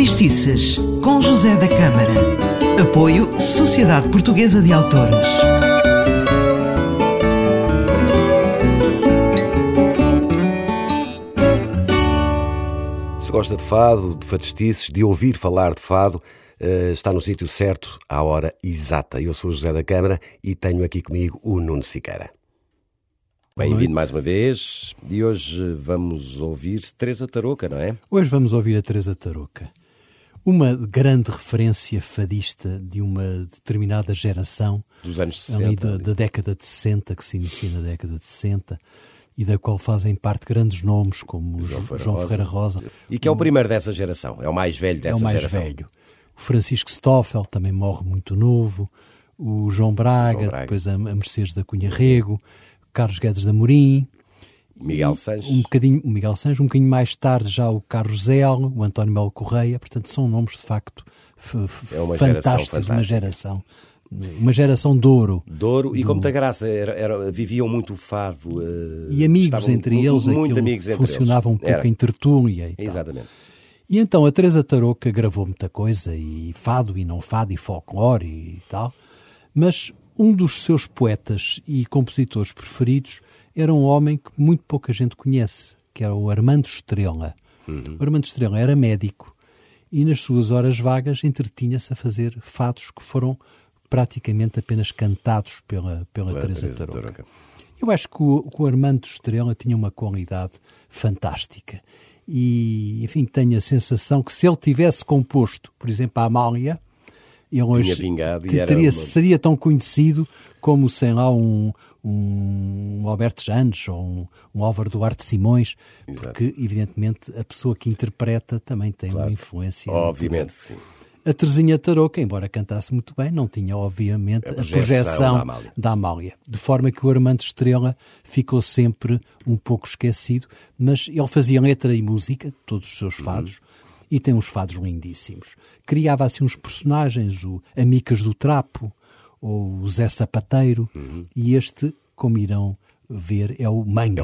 Fadistices, com José da Câmara. Apoio Sociedade Portuguesa de Autores. Se gosta de fado, de fadistices, de ouvir falar de fado, está no sítio certo, à hora exata. Eu sou o José da Câmara e tenho aqui comigo o Nuno Siqueira. Bem-vindo mais uma vez, e hoje vamos ouvir Teresa Tarouca, não é? Hoje vamos ouvir a Teresa Tarouca, uma grande referência fadista de uma determinada geração dos anos 60, da década de 60, que se inicia na década de 60, e da qual fazem parte grandes nomes como João Ferreira Rosa. E que é o primeiro dessa geração, é o mais velho dessa geração. É o mais velho. O Francisco Stoffel também morre muito novo, o João Braga, depois a Mercedes da Cunha Rego, Carlos Guedes de Amorim, Miguel Sanches. O Miguel Sanches, um bocadinho mais tarde já o Carlos Zelo, o António Melo Correia, portanto são nomes de facto fantásticos, uma geração de ouro. De ouro, e com muita graça, viviam muito o fado. E amigos entre eles, funcionava um pouco em tertúlia. Exatamente. E então a Teresa Tarouca gravou muita coisa, e fado, e não fado, e folclore e tal, mas um dos seus poetas e compositores preferidos era um homem que muito pouca gente conhece, que era o Armando Estrela. O Armando Estrela era médico e nas suas horas vagas entretinha-se a fazer fados que foram praticamente apenas cantados pela Teresa Tarouca. Eu acho que o Armando Estrela tinha uma qualidade fantástica e, enfim, tenho a sensação que se ele tivesse composto, por exemplo, a Amália, ele hoje seria tão conhecido como, sei lá, um Alberto Janes ou um Álvaro Duarte Simões. Exato. Porque, evidentemente, a pessoa que interpreta também tem uma influência. Obviamente, sim. A Teresinha Tarouca, embora cantasse muito bem, não tinha, obviamente, a projeção da Amália. De forma que o Armando Estrela ficou sempre um pouco esquecido, mas ele fazia letra e música, todos os seus fados, e tem uns fados lindíssimos. Criava assim uns personagens, o Amicas do Trapo, ou o Zé Sapateiro, e este, como irão ver, é o Mangas.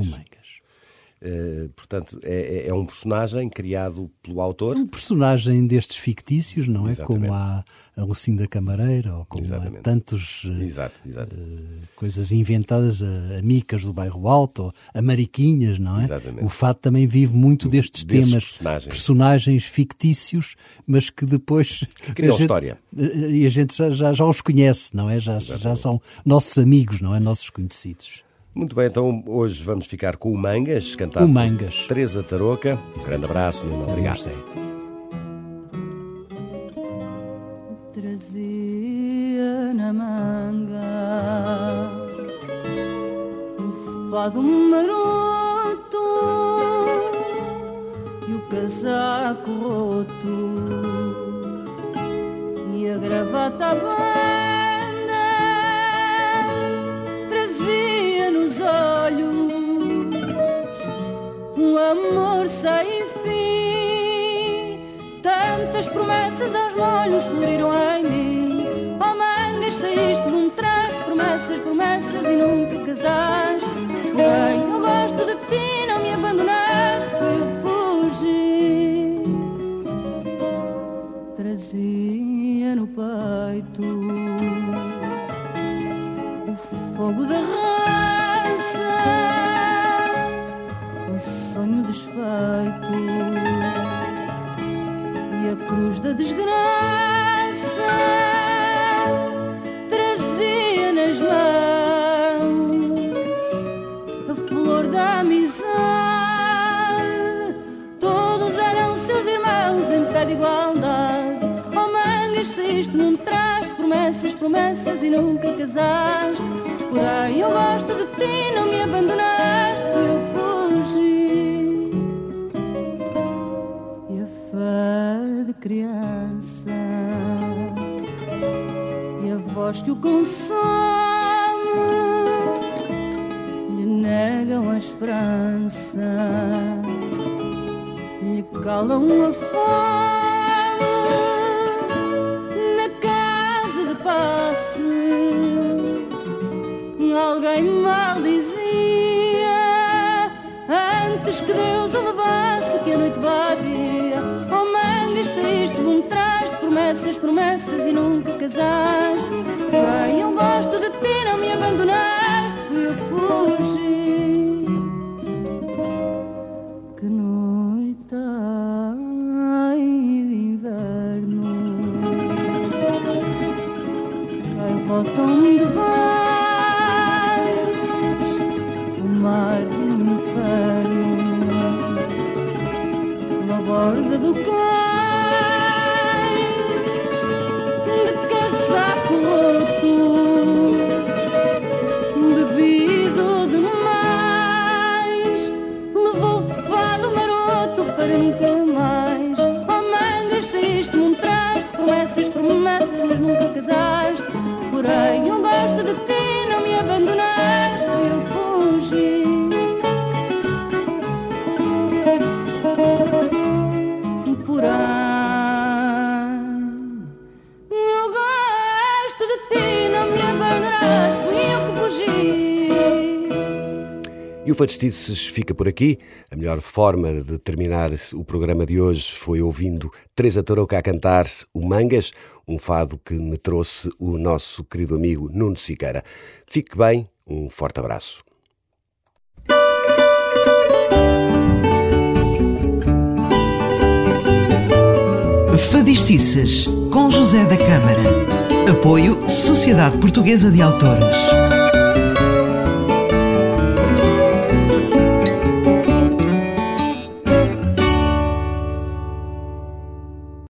Portanto, é um personagem criado pelo autor. Um personagem destes fictícios, não é? Exatamente. Como há a Lucinda Camareira, ou como há tantos coisas inventadas, Amicas do Bairro Alto, ou a Mariquinhas, não é? Exatamente. O fado também vive muito destes temas, personagens fictícios, mas que depois criam história. E a gente já os conhece, não é? Já são nossos amigos, não é? Nossos conhecidos. Muito bem, então hoje vamos ficar com o Mangas, cantado por Teresa Tarouca. Um grande abraço, Nuno. Obrigado. Trazia na manga um fado maroto e o casaco roto e a gravata banda. Um amor sem fim, tantas promessas aos molhos floriram em mim. Oh Mangas, saíste num traste, promessas e nunca casaste. Porém eu gosto de ti, não me abandonaste, foi eu que fugi. Trazia no peito o fogo da raça, sonho desfeito e a cruz da desgraça. Trazia nas mãos a flor da amizade. Todos eram seus irmãos em pé de igualdade. Oh Mangas, saíste num traste, promessas e nunca casaste. Porém eu gosto de ti, não me abandonaste, foi eu que criança e a voz que o consome lhe negam a esperança, lhe calam a fome na casa de passe. Alguém mal dizia antes que Deus o levasse, que a noite vadia. Oh Mangas, casaste. Porém eu gosto de ti, não me abandonaste, fui eu que fugi. Que noite ai de inverno, ai voltam-me de vez o mar no inferno, na borda do cais, de casaco roto, bebido demais, levou fado maroto para nunca mais. Oh mangas, saíste-me um traste, promessas, promessas, mas nunca casaste. Porém eu gosto de ti, não me abandonaste, fui eu que fugi. Eu gosto de ti, não me abandonaste, fui eu que fugi. E o Fadestices fica por aqui. A melhor forma de terminar o programa de hoje foi ouvindo Teresa Tarouca a cantar o Mangas, um fado que me trouxe o nosso querido amigo Nuno Siqueira. Fique bem, um forte abraço. Fadistices, com José da Câmara. Apoio Sociedade Portuguesa de Autores.